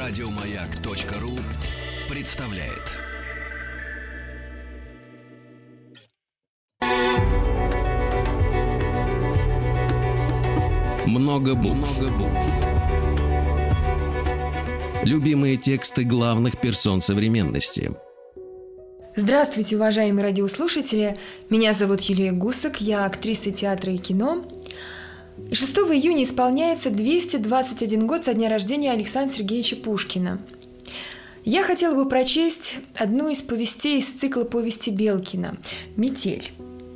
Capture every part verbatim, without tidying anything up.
Радиомаяк.ру представляет. Много букв. Много букв. Любимые тексты главных персон современности. Здравствуйте, уважаемые радиослушатели. Меня зовут Юлия Гусак, я актриса театра и кино. И шестого июня исполняется двести двадцать один год со дня рождения Александра Сергеевича Пушкина. Я хотела бы прочесть одну из повестей из цикла повести Белкина «Метель».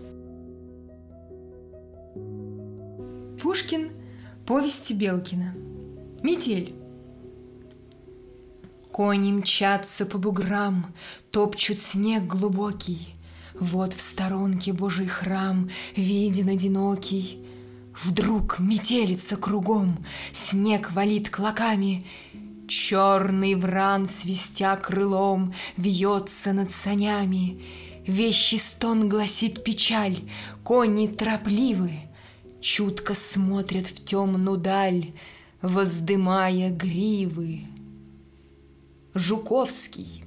Пушкин. Повести Белкина. Метель. Кони мчатся по буграм, топчут снег глубокий. Вот в сторонке Божий храм виден одинокий. Вдруг метелица кругом, снег валит клоками. Черный вран, свистя крылом, вьется над санями. Вещий стон гласит печаль, кони торопливы, чутко смотрят в темную даль, воздымая гривы. Жуковский.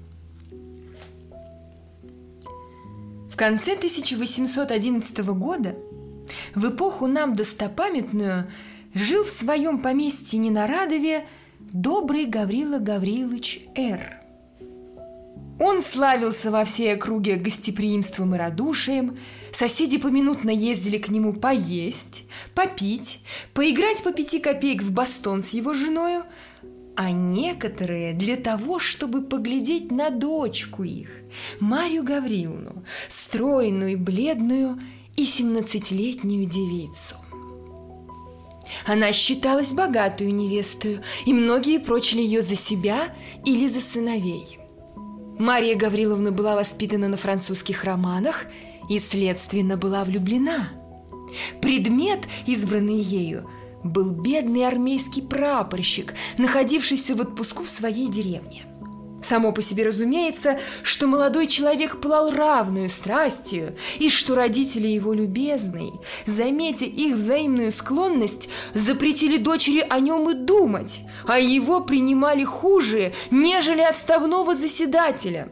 В конце тысяча восемьсот одиннадцатого года, в эпоху нам достопамятную, жил в своем поместье Ненарадове добрый Гаврила Гаврилович Р. Он славился во всей округе гостеприимством и радушием. Соседи поминутно ездили к нему поесть, попить, поиграть по пяти копеек в бастон с его женою, а некоторые для того, чтобы поглядеть на дочку их, Марью Гавриловну, стройную, бледную и семнадцатилетнюю девицу. Она считалась богатую невестою, и многие прочили ее за себя или за сыновей. Марья Гавриловна была воспитана на французских романах и, следственно, была влюблена. Предмет, избранный ею, был бедный армейский прапорщик, находившийся в отпуску в своей деревне. Само по себе разумеется, что молодой человек пылал равную страстью, и что родители его любезные, заметя их взаимную склонность, запретили дочери о нем и думать, а его принимали хуже, нежели отставного заседателя.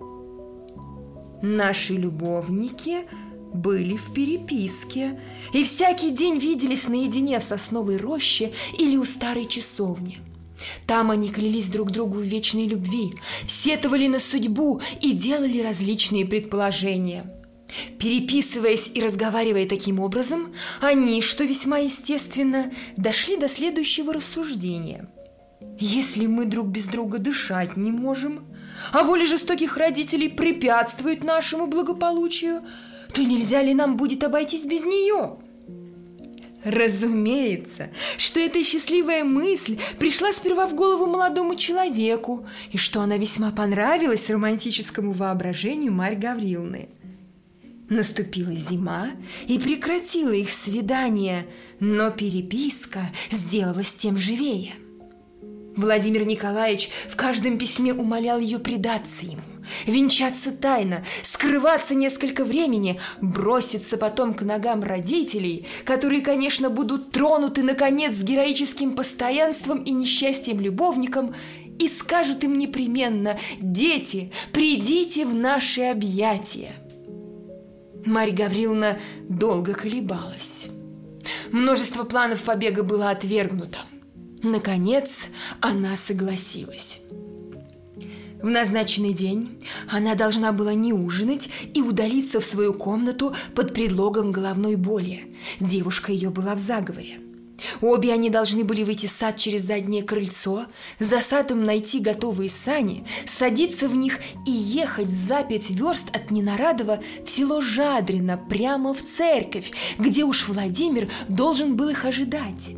Наши любовники были в переписке и всякий день виделись наедине в сосновой роще или у старой часовни. Там они клялись друг другу в вечной любви, сетовали на судьбу и делали различные предположения. Переписываясь и разговаривая таким образом, они, что весьма естественно, дошли до следующего рассуждения. Если мы друг без друга дышать не можем, а воля жестоких родителей препятствует нашему благополучию, то нельзя ли нам будет обойтись без нее? Разумеется, что эта счастливая мысль пришла сперва в голову молодому человеку, и что она весьма понравилась романтическому воображению Марьи Гавриловны. Наступила зима и прекратила их свидание, но переписка сделалась тем живее. Владимир Николаевич в каждом письме умолял ее предаться ему, венчаться тайно, скрываться несколько времени, броситься потом к ногам родителей, которые, конечно, будут тронуты, наконец, с героическим постоянством и несчастьем любовником, и скажут им непременно: «Дети, придите в наши объятия». Марья Гавриловна долго колебалась. Множество планов побега было отвергнуто. Наконец, она согласилась. В назначенный день она должна была не ужинать и удалиться в свою комнату под предлогом головной боли. Девушка ее была в заговоре. Обе они должны были выйти в сад через заднее крыльцо, за садом найти готовые сани, садиться в них и ехать за пять верст от Ненарадова в село Жадрино прямо в церковь, где уж Владимир должен был их ожидать.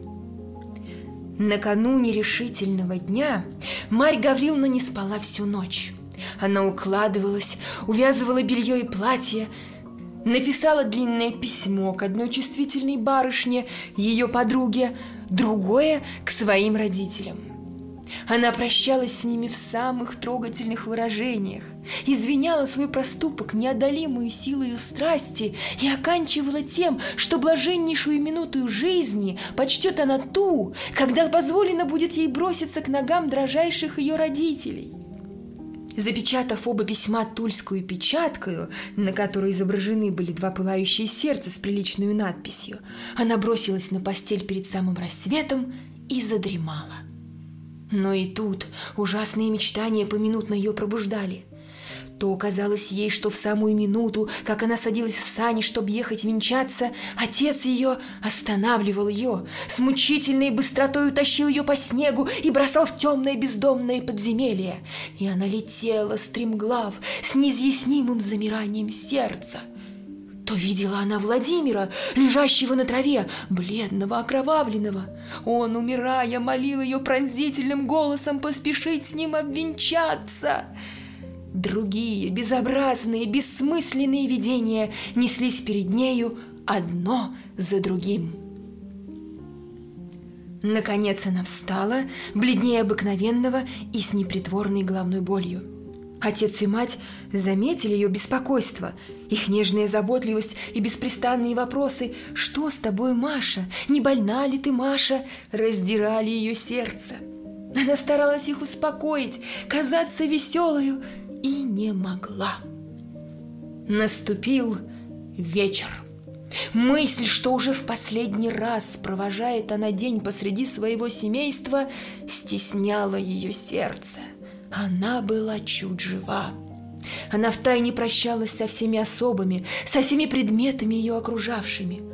Накануне решительного дня Марья Гавриловна не спала всю ночь. Она укладывалась, увязывала белье и платье, написала длинное письмо к одной чувствительной барышне, ее подруге, другое к своим родителям. Она прощалась с ними в самых трогательных выражениях, извиняла свой проступок неодолимую силою страсти и оканчивала тем, что блаженнейшую минуту жизни почтет она ту, когда позволено будет ей броситься к ногам дрожайших ее родителей. Запечатав оба письма тульскую печаткою, на которой изображены были два пылающие сердца с приличной надписью, она бросилась на постель перед самым рассветом и задремала. Но и тут ужасные мечтания поминутно ее пробуждали. То казалось ей, что в самую минуту, как она садилась в сани, чтобы ехать венчаться, отец ее останавливал ее, с мучительной быстротой утащил ее по снегу и бросал в темное бездомное подземелье. И она летела стремглав, с неизъяснимым замиранием сердца. То видела она Владимира, лежащего на траве, бледного, окровавленного. Он, умирая, молил ее пронзительным голосом поспешить с ним обвенчаться. Другие безобразные, бессмысленные видения неслись перед нею одно за другим. Наконец она встала, бледнее обыкновенного и с непритворной головной болью. Отец и мать заметили ее беспокойство, их нежная заботливость и беспрестанные вопросы «Что с тобой, Маша? Не больна ли ты, Маша?» раздирали ее сердце. Она старалась их успокоить, казаться веселою, и не могла. Наступил вечер. Мысль, что уже в последний раз провожает она день посреди своего семейства, стесняла ее сердце. Она была чуть жива. Она втайне прощалась со всеми особами, со всеми предметами ее окружавшими.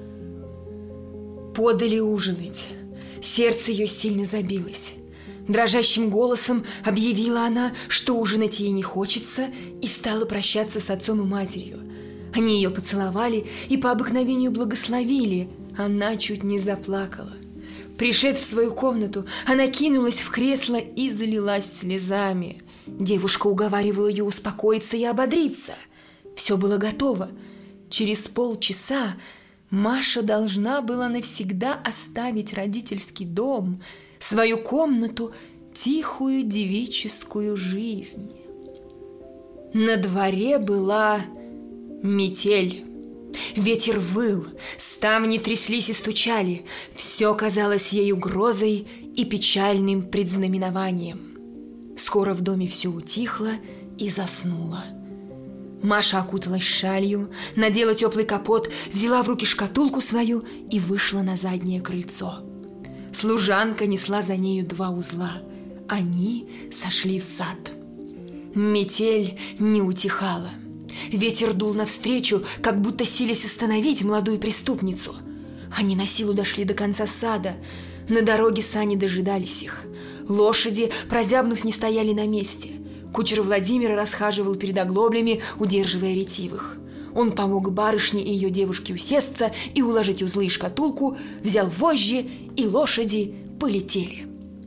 Подали ужинать. Сердце ее сильно забилось. Дрожащим голосом объявила она, что ужинать ей не хочется, и стала прощаться с отцом и матерью. Они ее поцеловали и по обыкновению благословили. Она чуть не заплакала. Пришед в свою комнату, она кинулась в кресло и залилась слезами. Девушка уговаривала ее успокоиться и ободриться. Все было готово. Через полчаса Маша должна была навсегда оставить родительский дом, свою комнату, тихую девическую жизнь. На дворе была метель. Ветер выл, ставни тряслись и стучали. Все казалось ей угрозой и печальным предзнаменованием. Скоро в доме все утихло и заснуло. Маша окуталась шалью, надела теплый капот, взяла в руки шкатулку свою и вышла на заднее крыльцо. Служанка несла за нею два узла. Они сошли в сад. Метель не утихала. Ветер дул навстречу, как будто силясь остановить молодую преступницу. Они на силу дошли до конца сада. На дороге сани дожидались их. Лошади, прозябнув, не стояли на месте. Кучер Владимира расхаживал перед оглоблями, удерживая ретивых. Он помог барышне и ее девушке усесться и уложить узлы и шкатулку, взял вожжи, и лошади полетели.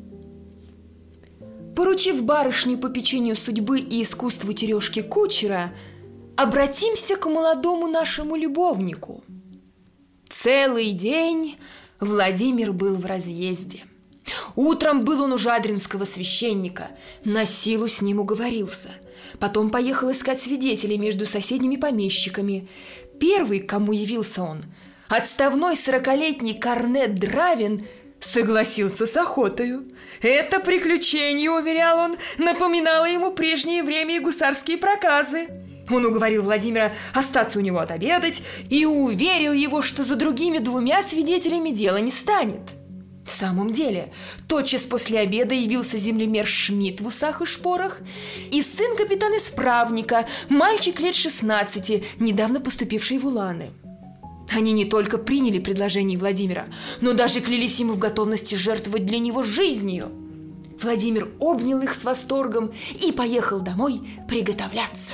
Поручив барышню попечению судьбы и искусству тережки кучера, обратимся к молодому нашему любовнику. Целый день Владимир был в разъезде. Утром был он у жадринского священника, на силу с ним уговорился. Потом поехал искать свидетелей между соседними помещиками. Первый, к кому явился он, отставной сорокалетний корнет Дравин, согласился с охотою. Это приключение, уверял он, напоминало ему прежнее время и гусарские проказы. Он уговорил Владимира остаться у него отобедать и уверил его, что за другими двумя свидетелями дело не станет. В самом деле, тотчас после обеда явился землемер Шмидт в усах и шпорах и сын капитана-исправника, мальчик лет шестнадцати, недавно поступивший в Уланы. Они не только приняли предложение Владимира, но даже клялись ему в готовности жертвовать для него жизнью. Владимир обнял их с восторгом и поехал домой приготовляться.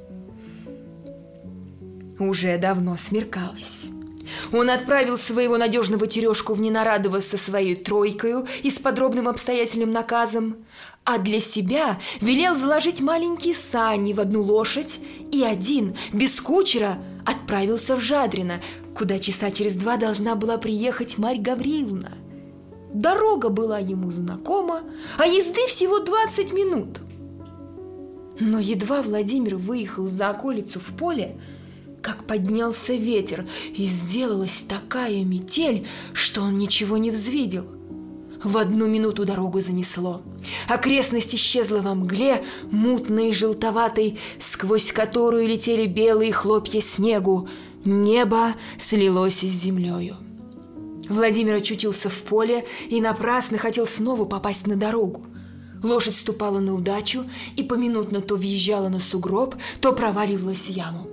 Уже давно смеркалось. Он отправил своего надежного Терешку в Ненарадово со своей тройкою и с подробным обстоятельным наказом, а для себя велел заложить маленькие сани в одну лошадь и один, без кучера, отправился в Жадрино, куда часа через два должна была приехать Марья Гавриловна. Дорога была ему знакома, а езды всего двадцать минут. Но едва Владимир выехал за околицу в поле, как поднялся ветер, и сделалась такая метель, что он ничего не взвидел. В одну минуту дорогу занесло. Окрестность исчезла во мгле, мутной и желтоватой, сквозь которую летели белые хлопья снегу. Небо слилось с землею. Владимир очутился в поле и напрасно хотел снова попасть на дорогу. Лошадь ступала на удачу и поминутно то въезжала на сугроб, то проваливалась в яму.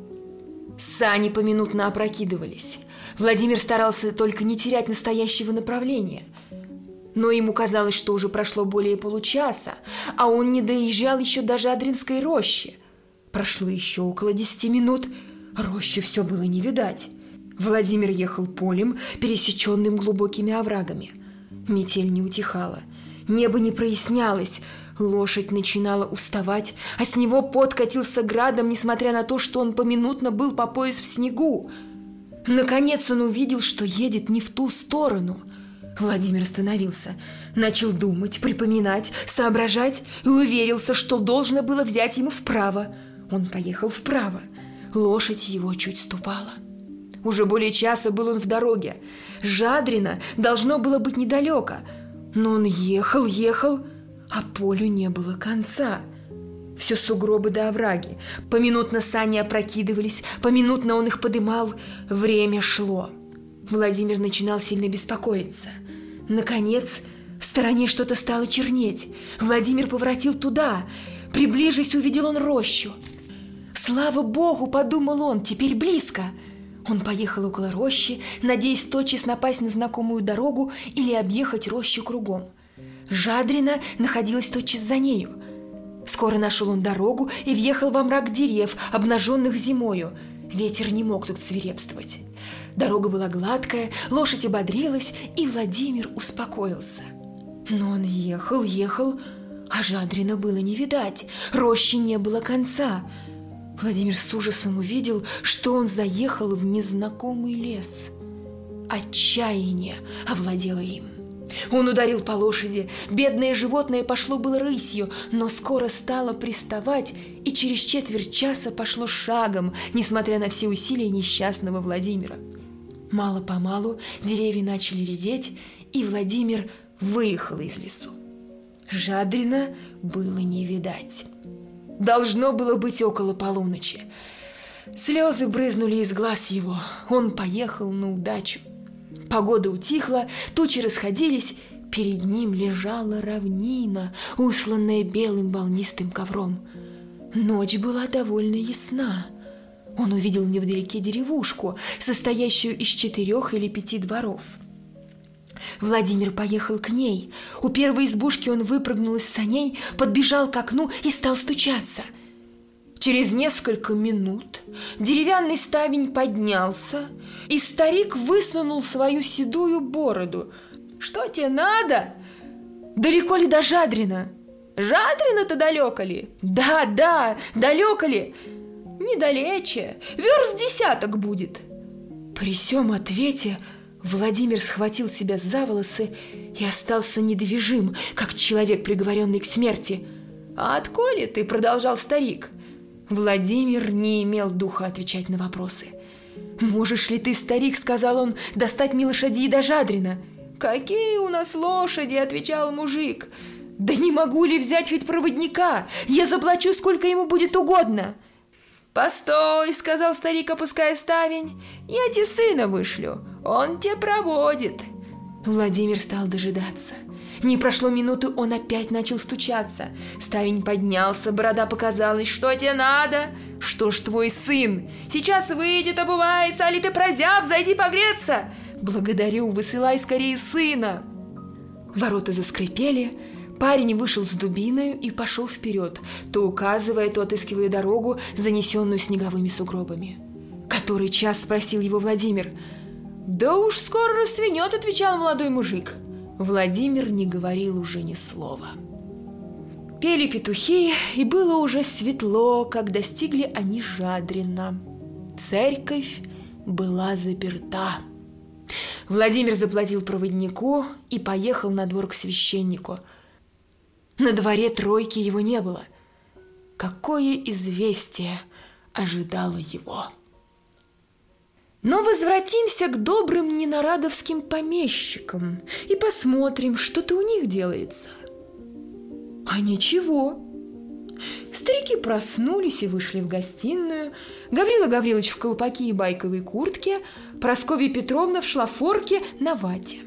Сани поминутно опрокидывались. Владимир старался только не терять настоящего направления. Но ему казалось, что уже прошло более получаса, а он не доезжал еще до Жадринской рощи. Прошло еще около десяти минут, рощи все было не видать. Владимир ехал полем, пересеченным глубокими оврагами. Метель не утихала, небо не прояснялось, лошадь начинала уставать, а с него пот катился градом, несмотря на то, что он поминутно был по пояс в снегу. Наконец он увидел, что едет не в ту сторону. Владимир остановился, начал думать, припоминать, соображать и уверился, что должно было взять ему вправо. Он поехал вправо. Лошадь его чуть ступала. Уже более часа был он в дороге. Жадрино должно было быть недалеко. Но он ехал, ехал, а полю не было конца. Все сугробы да овраги. Поминутно сани опрокидывались, поминутно он их подымал. Время шло. Владимир начинал сильно беспокоиться. Наконец, в стороне что-то стало чернеть. Владимир поворотил туда. Приближись, увидел он рощу. «Слава Богу!» – подумал он, – «теперь близко». Он поехал около рощи, надеясь тотчас напасть на знакомую дорогу или объехать рощу кругом. Жадрино находилась тотчас за нею. Скоро нашел он дорогу и въехал во мрак дерев, обнаженных зимою. Ветер не мог тут свирепствовать. Дорога была гладкая, лошадь ободрилась, и Владимир успокоился. Но он ехал, ехал, а Жадрина было не видать, рощи не было конца. Владимир с ужасом увидел, что он заехал в незнакомый лес. Отчаяние овладело им. Он ударил по лошади, бедное животное пошло было рысью, но скоро стало приставать и через четверть часа пошло шагом, несмотря на все усилия несчастного Владимира. Мало-помалу деревья начали редеть, и Владимир выехал из лесу. Жадрина было не видать. Должно было быть около полуночи. Слезы брызнули из глаз его. Он поехал на удачу. Погода утихла, тучи расходились. Перед ним лежала равнина, усланная белым волнистым ковром. Ночь была довольно ясна. Он увидел невдалеке деревушку, состоящую из четырех или пяти дворов. Владимир поехал к ней. У первой избушки он выпрыгнул из саней, подбежал к окну и стал стучаться. Через несколько минут деревянный ставень поднялся, и старик высунул свою седую бороду. «Что тебе надо? Далеко ли до Жадрина?» «Жадрина-то далеко ли?» «Да, да, далеко ли?» «Недалече, верст десяток будет». При сём ответе Владимир схватил себя за волосы и остался недвижим, как человек, приговоренный к смерти. «А отколи ты?» – продолжал старик. Владимир не имел духа отвечать на вопросы. «Можешь ли ты, старик, – сказал он, – достать мне лошадей до Жадрина?» «Какие у нас лошади?» – отвечал мужик. «Да не могу ли взять хоть проводника? Я заплачу, сколько ему будет угодно». «Постой!» – сказал старик, опуская ставень. «Я тебе сына вышлю, он тебя проводит». Владимир стал дожидаться. Не прошло минуты, он опять начал стучаться. Ставень поднялся, борода показалась. «Что тебе надо?» «Что ж твой сын? Сейчас выйдет, обувается, али ты прозяб, зайди погреться». «Благодарю, высылай скорее сына». Ворота заскрипели. Парень вышел с дубиною и пошел вперед, то указывая, то отыскивая дорогу, занесенную снеговыми сугробами. «Который час?» – спросил его Владимир. «Да уж скоро рассвенет», – отвечал молодой мужик. Владимир не говорил уже ни слова. Пели петухи, и было уже светло, как достигли они Жадрина. Церковь была заперта. Владимир заплатил проводнику и поехал на двор к священнику. На дворе тройки его не было. Какое известие ожидало его! Но возвратимся к добрым ненарадовским помещикам и посмотрим, что-то у них делается. А ничего. Старики проснулись и вышли в гостиную. Гаврила Гаврилович в колпаке и байковой куртке, Прасковья Петровна в шлафорке на вате.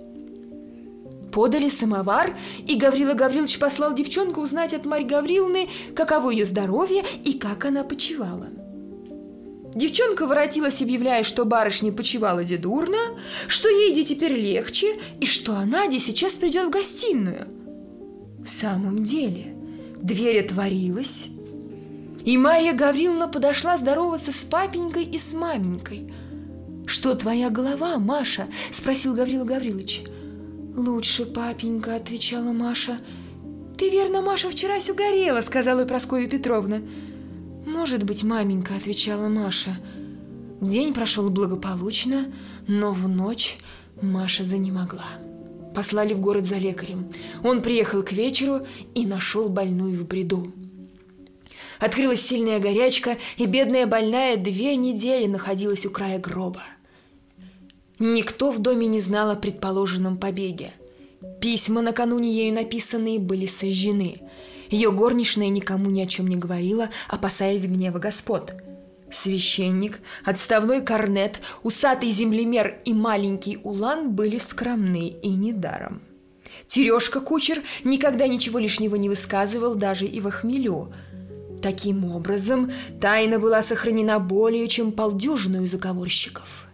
Подали самовар, и Гаврила Гаврилович послал девчонку узнать от Марьи Гавриловны, каково ее здоровье и как она почивала. Девчонка воротилась, объявляя, что барышня почивала де дурно, что ей де теперь легче, и что она де сейчас придет в гостиную. В самом деле, дверь отворилась, и Марья Гавриловна подошла здороваться с папенькой и с маменькой. «Что твоя голова, Маша?» – спросил Гаврила Гаврилович. «Лучше, папенька», – отвечала Маша. «Ты, верно, Маша, вчера все горела», – сказала Прасковья Петровна. «Может быть, маменька», – отвечала Маша. День прошел благополучно, но в ночь Маша занемогла. Послали в город за лекарем. Он приехал к вечеру и нашел больную в бреду. Открылась сильная горячка, и бедная больная две недели находилась у края гроба. Никто в доме не знал о предположенном побеге. Письма, накануне ею написанные, были сожжены. Ее горничная никому ни о чем не говорила, опасаясь гнева господ. Священник, отставной корнет, усатый землемер и маленький улан были скромны и недаром. Терешка кучер никогда ничего лишнего не высказывал, даже и во хмелю. Таким образом, тайна была сохранена более чем полдюжину заговорщиков.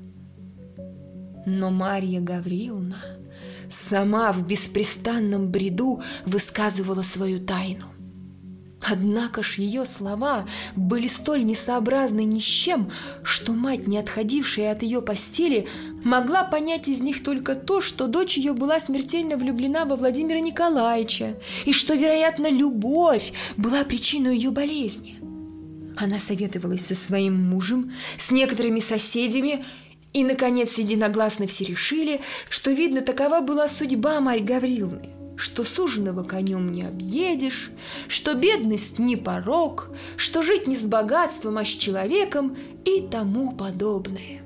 Но Марья Гавриловна сама в беспрестанном бреду высказывала свою тайну. Однако ж ее слова были столь несообразны ни с чем, что мать, не отходившая от ее постели, могла понять из них только то, что дочь ее была смертельно влюблена во Владимира Николаевича, и что, вероятно, любовь была причиной ее болезни. Она советовалась со своим мужем, с некоторыми соседями, и, наконец, единогласно все решили, что, видно, такова была судьба Марьи Гавриловны, что суженого конем не объедешь, что бедность не порок, что жить не с богатством, а с человеком и тому подобное.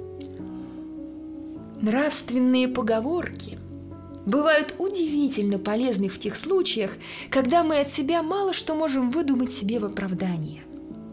Нравственные поговорки бывают удивительно полезны в тех случаях, когда мы от себя мало что можем выдумать себе в оправдание.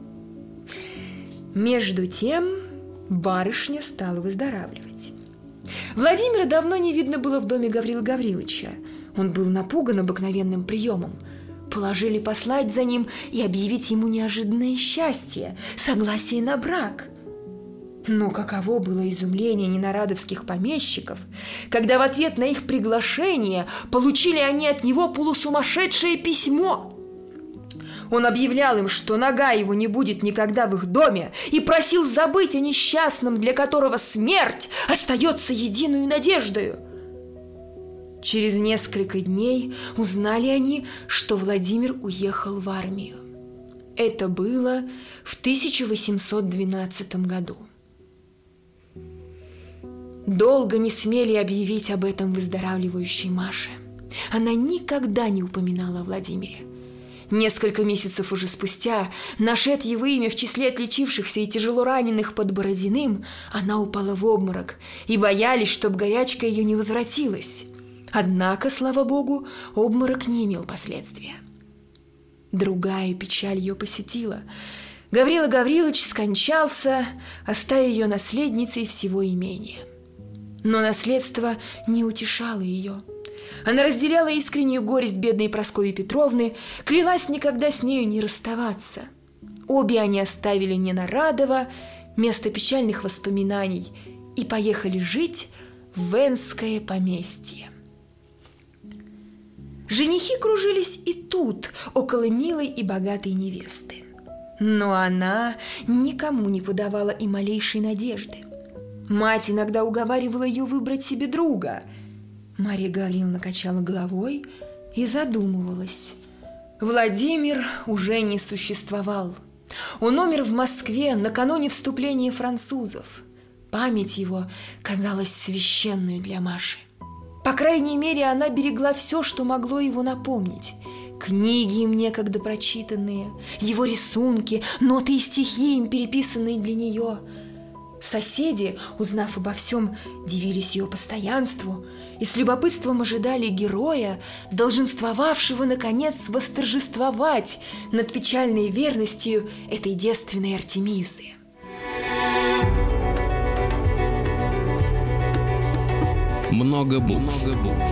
Между тем барышня стала выздоравливать. Владимира давно не видно было в доме Гаврила Гавриловича. Он был напуган обыкновенным приемом. Положили послать за ним и объявить ему неожиданное счастье, согласие на брак. Но каково было изумление ненарадовских помещиков, когда в ответ на их приглашение получили они от него полусумасшедшее письмо. Он объявлял им, что нога его не будет никогда в их доме, и просил забыть о несчастном, для которого смерть остается единой надеждою. Через несколько дней узнали они, что Владимир уехал в армию. Это было в тысяча восемьсот двенадцатом году. Долго не смели объявить об этом выздоравливающей Маше. Она никогда не упоминала о Владимире. Несколько месяцев уже спустя, нашед его имя в числе отличившихся и тяжело раненых под Бородиным, она упала в обморок, и боялись, чтоб горячка ее не возвратилась. Однако, слава богу, обморок не имел последствия. Другая печаль ее посетила. Гаврила Гаврилович скончался, оставив ее наследницей всего имения. Но наследство не утешало ее. Она разделяла искреннюю горесть бедной Прасковьи Петровны, клялась никогда с нею не расставаться. Обе они оставили Ненарадово, место печальных воспоминаний, и поехали жить в Венское поместье. Женихи кружились и тут, около милой и богатой невесты. Но она никому не подавала и малейшей надежды. Мать иногда уговаривала ее выбрать себе друга. Марья Гавриловна качала головой и задумывалась. Владимир уже не существовал. Он умер в Москве накануне вступления французов. Память его казалась священной для Маши. По крайней мере, она берегла все, что могло его напомнить. Книги им некогда прочитанные, его рисунки, ноты и стихи им переписанные для нее. Соседи, узнав обо всем, дивились ее постоянству и с любопытством ожидали героя, долженствовавшего, наконец, восторжествовать над печальной верностью этой девственной Артемизы. Много букв. Много букв.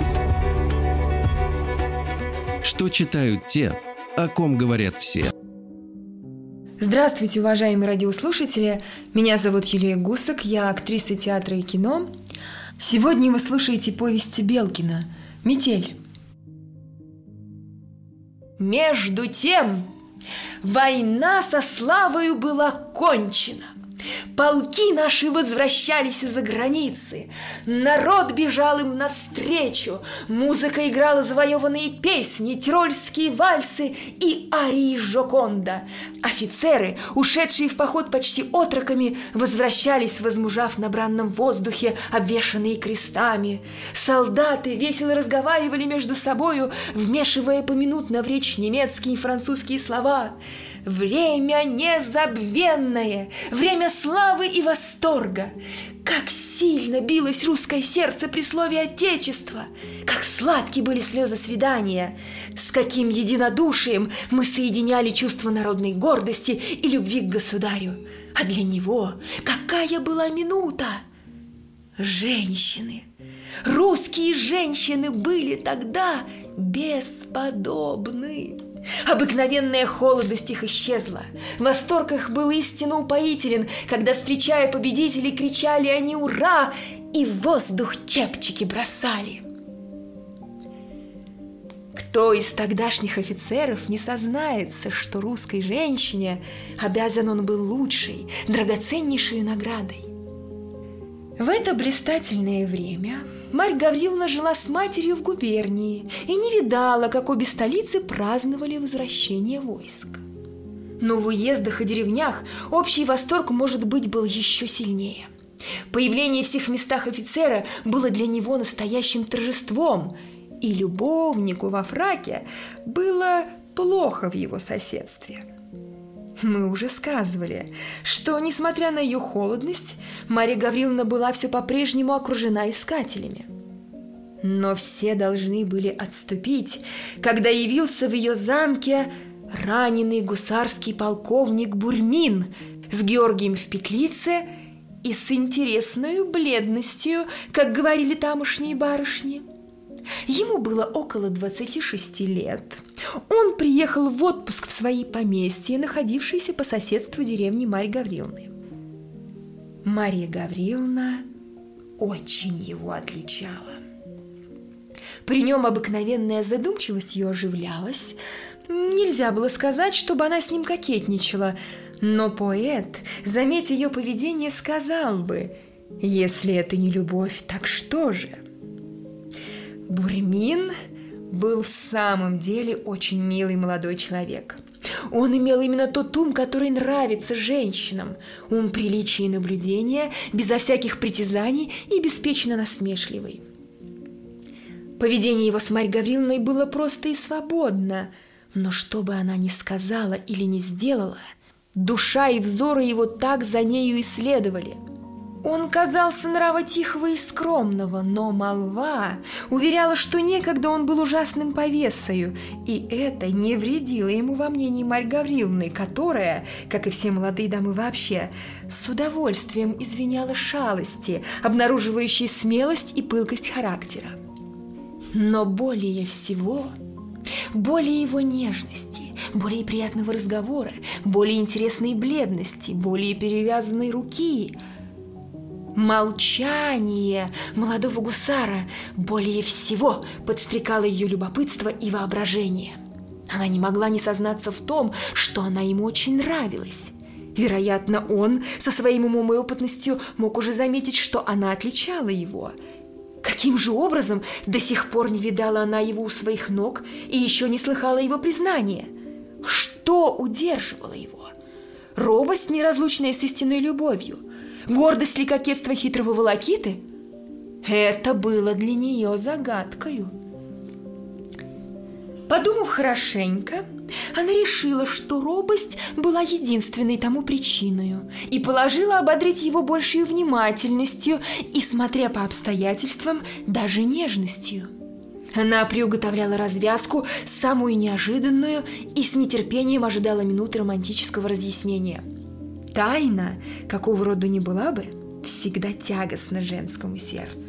Что читают те, о ком говорят все? Здравствуйте, уважаемые радиослушатели! Меня зовут Юлия Гусак, я актриса театра и кино. Сегодня вы слушаете повести Белкина «Метель». Между тем, война со славою была кончена. Полки наши возвращались из-за границы, народ бежал им навстречу, музыка играла завоеванные песни, тирольские вальсы и арии Жоконда. Офицеры, ушедшие в поход почти отроками, возвращались, возмужав на бранном воздухе, обвешанные крестами. Солдаты весело разговаривали между собою, вмешивая поминутно в речь немецкие и французские слова. Время незабвенное, время славы и восторга. Как сильно билось русское сердце при слове «Отечество», как сладки были слезы свидания, с каким единодушием мы соединяли чувство народной гордости и любви к государю. А для него какая была минута! Женщины, русские женщины были тогда бесподобны. Обыкновенная холодность их исчезла. Восторг их был истинно упоителен, когда, встречая победителей, кричали они «Ура!» и в воздух чепчики бросали. Кто из тогдашних офицеров не сознается, что русской женщине обязан он был лучшей, драгоценнейшей наградой? В это блистательное время Марья Гавриловна жила с матерью в губернии и не видала, как обе столицы праздновали возвращение войск. Но в уездах и деревнях общий восторг, может быть, был еще сильнее. Появление в всех местах офицера было для него настоящим торжеством, и любовнику во фраке было плохо в его соседстве. Мы уже сказывали, что, несмотря на ее холодность, Марья Гавриловна была все по-прежнему окружена искателями. Но все должны были отступить, когда явился в ее замке раненый гусарский полковник Бурмин с Георгием в петлице и с интересной бледностью, как говорили тамошние барышни. Ему было около двадцати шести лет. Он приехал в отпуск в свои поместья, находившиеся по соседству деревни Марьи Гавриловны. Марья Гавриловна очень его отличала. При нем обыкновенная задумчивость ее оживлялась. Нельзя было сказать, чтобы она с ним кокетничала, но поэт, заметя ее поведение, сказал бы: «Если это не любовь, так что же?» Бурмин был в самом деле очень милый молодой человек. Он имел именно тот ум, который нравится женщинам. Ум приличия и наблюдения, безо всяких притязаний и беспечно насмешливый. Поведение его с Марьей Гавриловной было просто и свободно, но что бы она ни сказала или ни сделала, душа и взоры его так за нею и следовали. Он казался нрава тихого и скромного, но молва уверяла, что некогда он был ужасным повесою, и это не вредило ему во мнении Марьи Гавриловны, которая, как и все молодые дамы вообще, с удовольствием извиняла шалости, обнаруживающие смелость и пылкость характера. Но более всего, более его нежности, более приятного разговора, более интересной бледности, более перевязанной руки – молчание молодого гусара более всего подстрекало ее любопытство и воображение. Она не могла не сознаться в том, что она ему очень нравилась. Вероятно, он со своим умом и опытностью мог уже заметить, что она отличала его. Каким же образом до сих пор не видала она его у своих ног и еще не слыхала его признания? Что удерживало его? Робость, неразлучная с истинной любовью? Гордость ли кокетство хитрого волокиты? Это было для нее загадкою. Подумав хорошенько, она решила, что робость была единственной тому причиной, и положила ободрить его большей внимательностью и, смотря по обстоятельствам, даже нежностью. Она приуготовляла развязку, самую неожиданную, и с нетерпением ожидала минуты романтического разъяснения. Тайна, какого рода ни была бы, всегда тягостна женскому сердцу.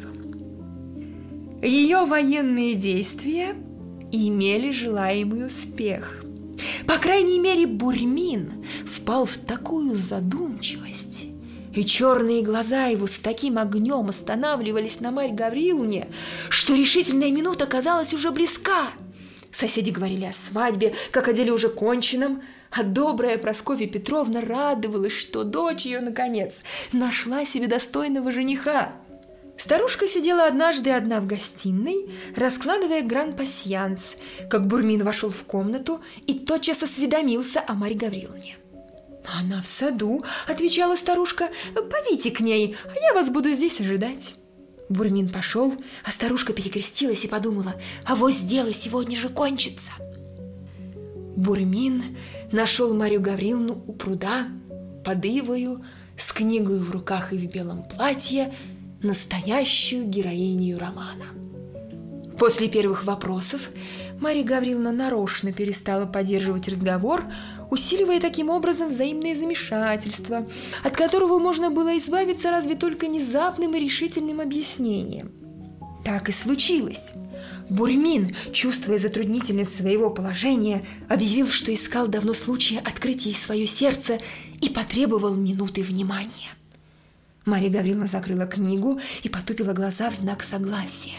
Ее военные действия имели желаемый успех. По крайней мере, Бурмин впал в такую задумчивость, и черные глаза его с таким огнем останавливались на Марье Гавриловне, что решительная минута казалась уже близка. Соседи говорили о свадьбе, как о деле уже конченном, а добрая Прасковья Петровна радовалась, что дочь ее, наконец, нашла себе достойного жениха. Старушка сидела однажды одна в гостиной, раскладывая гран-пасьянс, как Бурмин вошел в комнату и тотчас осведомился о Марье Гавриловне. «Она в саду», — отвечала старушка, — «подите к ней, а я вас буду здесь ожидать». Бурмин пошел, а старушка перекрестилась и подумала: «Авось дело сегодня же кончится». Бурмин нашел Марью Гавриловну у пруда, под ивою, с книгой в руках и в белом платье, настоящую героиню романа. После первых вопросов Марья Гавриловна нарочно перестала поддерживать разговор, усиливая таким образом взаимное замешательство, от которого можно было избавиться разве только внезапным и решительным объяснением. Так и случилось. Бурмин, чувствуя затруднительность своего положения, объявил, что искал давно случая открыть ей свое сердце и потребовал минуты внимания. Марья Гавриловна закрыла книгу и потупила глаза в знак согласия.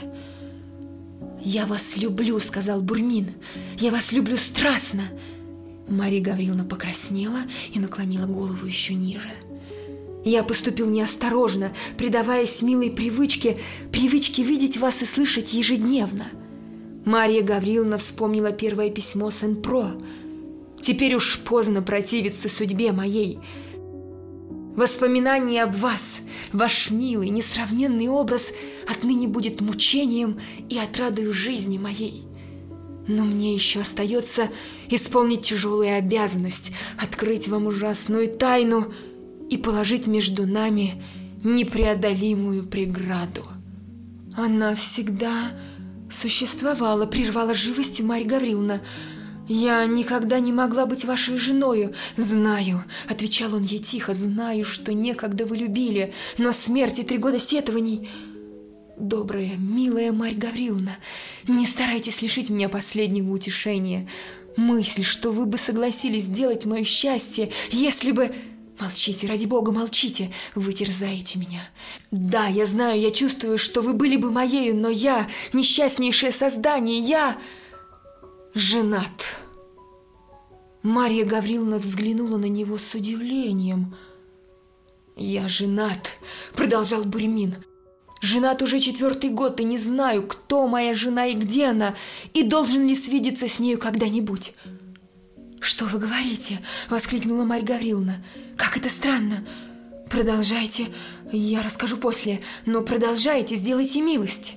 «Я вас люблю», — сказал Бурмин, — «я вас люблю страстно». Марья Гавриловна покраснела и наклонила голову еще ниже. «Я поступил неосторожно, предаваясь милой привычке, привычке видеть вас и слышать ежедневно». Марья Гавриловна вспомнила первое письмо Сен-Про. «Теперь уж поздно противиться судьбе моей. Воспоминание об вас, ваш милый, несравненный образ отныне будет мучением и отрадою жизни моей. Но мне еще остается исполнить тяжелую обязанность, открыть вам ужасную тайну и положить между нами непреодолимую преграду». «Она всегда существовала», — прервала живостью Марья Гавриловна. «Я никогда не могла быть вашей женою». «Знаю», — отвечал он ей тихо, — «знаю, что некогда вы любили, но смерть и три года сетований...» «Добрая, милая Марья Гавриловна, не старайтесь лишить меня последнего утешения. Мысль, что вы бы согласились сделать мое счастье, если бы...» «Молчите, ради Бога, молчите, вы терзаете меня. Да, я знаю, я чувствую, что вы были бы моею, но я, несчастнейшее создание, я... женат». Марья Гавриловна взглянула на него с удивлением. «Я женат», — продолжал Бурмин. «Женат уже четвертый год, и не знаю, кто моя жена и где она, и должен ли свидеться с нею когда-нибудь». «Что вы говорите?» — воскликнула Марья Гавриловна. «Как это странно! Продолжайте, я расскажу после, но продолжайте, сделайте милость».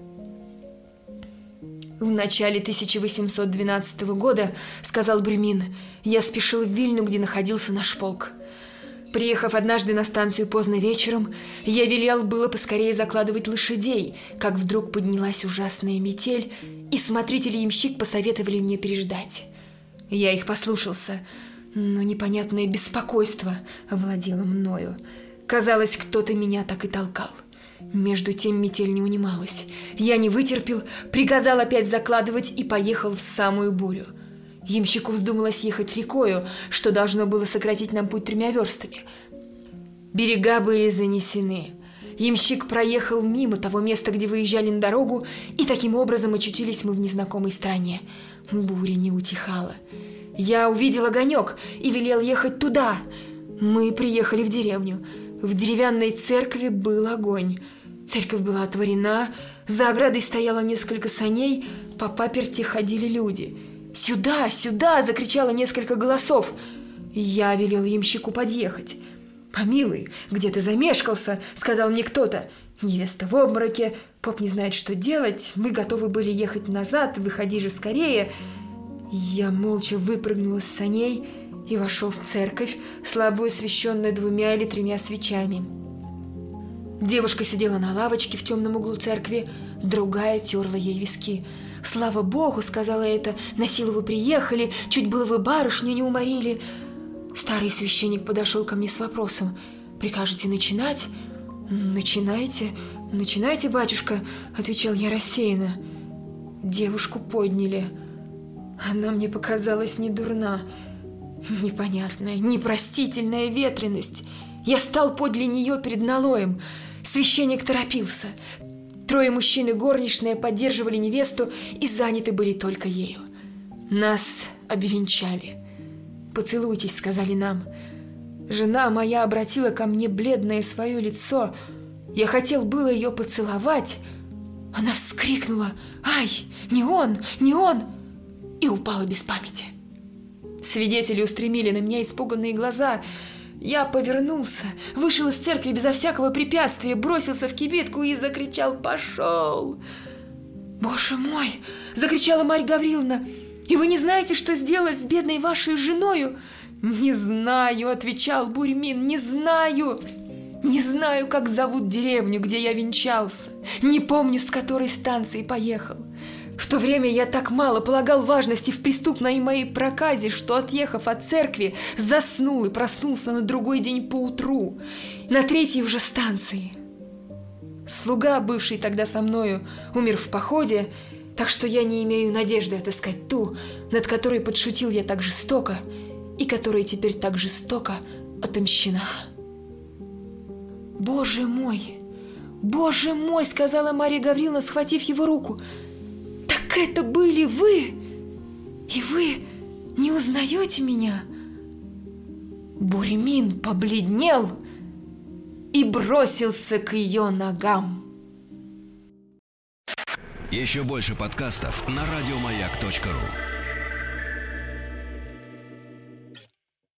«В начале тысяча восемьсот двенадцатого года, — сказал Бурмин, — я спешил в Вильню, где находился наш полк. Приехав однажды на станцию поздно вечером, я велел было поскорее закладывать лошадей, как вдруг поднялась ужасная метель, и смотритель и ямщик посоветовали мне переждать. Я их послушался, но непонятное беспокойство овладело мною. Казалось, кто-то меня так и толкал. Между тем метель не унималась. Я не вытерпел, приказал опять закладывать и поехал в самую бурю. Ямщику вздумалось ехать рекою, что должно было сократить нам путь тремя верстами. Берега были занесены. Ямщик проехал мимо того места, где выезжали на дорогу, и таким образом очутились мы в незнакомой стране. Буря не утихала. Я увидел огонек и велел ехать туда. Мы приехали в деревню. В деревянной церкви был огонь. Церковь была отворена, за оградой стояло несколько саней, по паперти ходили люди. «Сюда, сюда!» – закричало несколько голосов. Я велел ямщику подъехать. «Помилуй, где ты замешкался?» – сказал мне кто-то. «Невеста в обмороке, поп не знает, что делать, мы готовы были ехать назад, выходи же скорее». Я молча выпрыгнул из саней и вошел в церковь, слабо освещенную двумя или тремя свечами. Девушка сидела на лавочке в темном углу церкви, другая терла ей виски. «Слава Богу!» — сказала это. «На силу вы приехали, чуть было вы барышню не уморили». Старый священник подошел ко мне с вопросом. «Прикажете начинать?» «Начинайте, начинайте, батюшка», — отвечал я рассеянно. Девушку подняли. Она мне показалась не дурна. Непонятная, непростительная ветреность. Я стал подле нее перед налоем. Священник торопился. Трое мужчин и горничная поддерживали невесту и заняты были только ею. Нас обвенчали. «Поцелуйтесь», — сказали нам. Жена моя обратила ко мне бледное свое лицо. Я хотел было ее поцеловать. Она вскрикнула: «Ай, не он, не он!» и упала без памяти. Свидетели устремили на меня испуганные глаза. Я повернулся, вышел из церкви безо всякого препятствия, бросился в кибитку и закричал: «Пошел!» «Боже мой!» – закричала Марья Гавриловна. «И вы не знаете, что сделать с бедной вашей женою?» «Не знаю», – отвечал Бурмин, – «не знаю. Не знаю, как зовут деревню, где я венчался. Не помню, с которой станции поехал. В то время я так мало полагал важности в преступной моей проказе, что, отъехав от церкви, заснул и проснулся на другой день поутру, на третьей уже станции. Слуга, бывший тогда со мною, умер в походе, так что я не имею надежды отыскать ту, над которой подшутил я так жестоко и которая теперь так жестоко отомщена». «Боже мой! Боже мой!» – сказала Марья Гавриловна, схватив его руку. «Так это были вы! И вы не узнаете меня?» Бурмин побледнел и бросился к ее ногам. Еще больше подкастов на радиомаяк точка ру.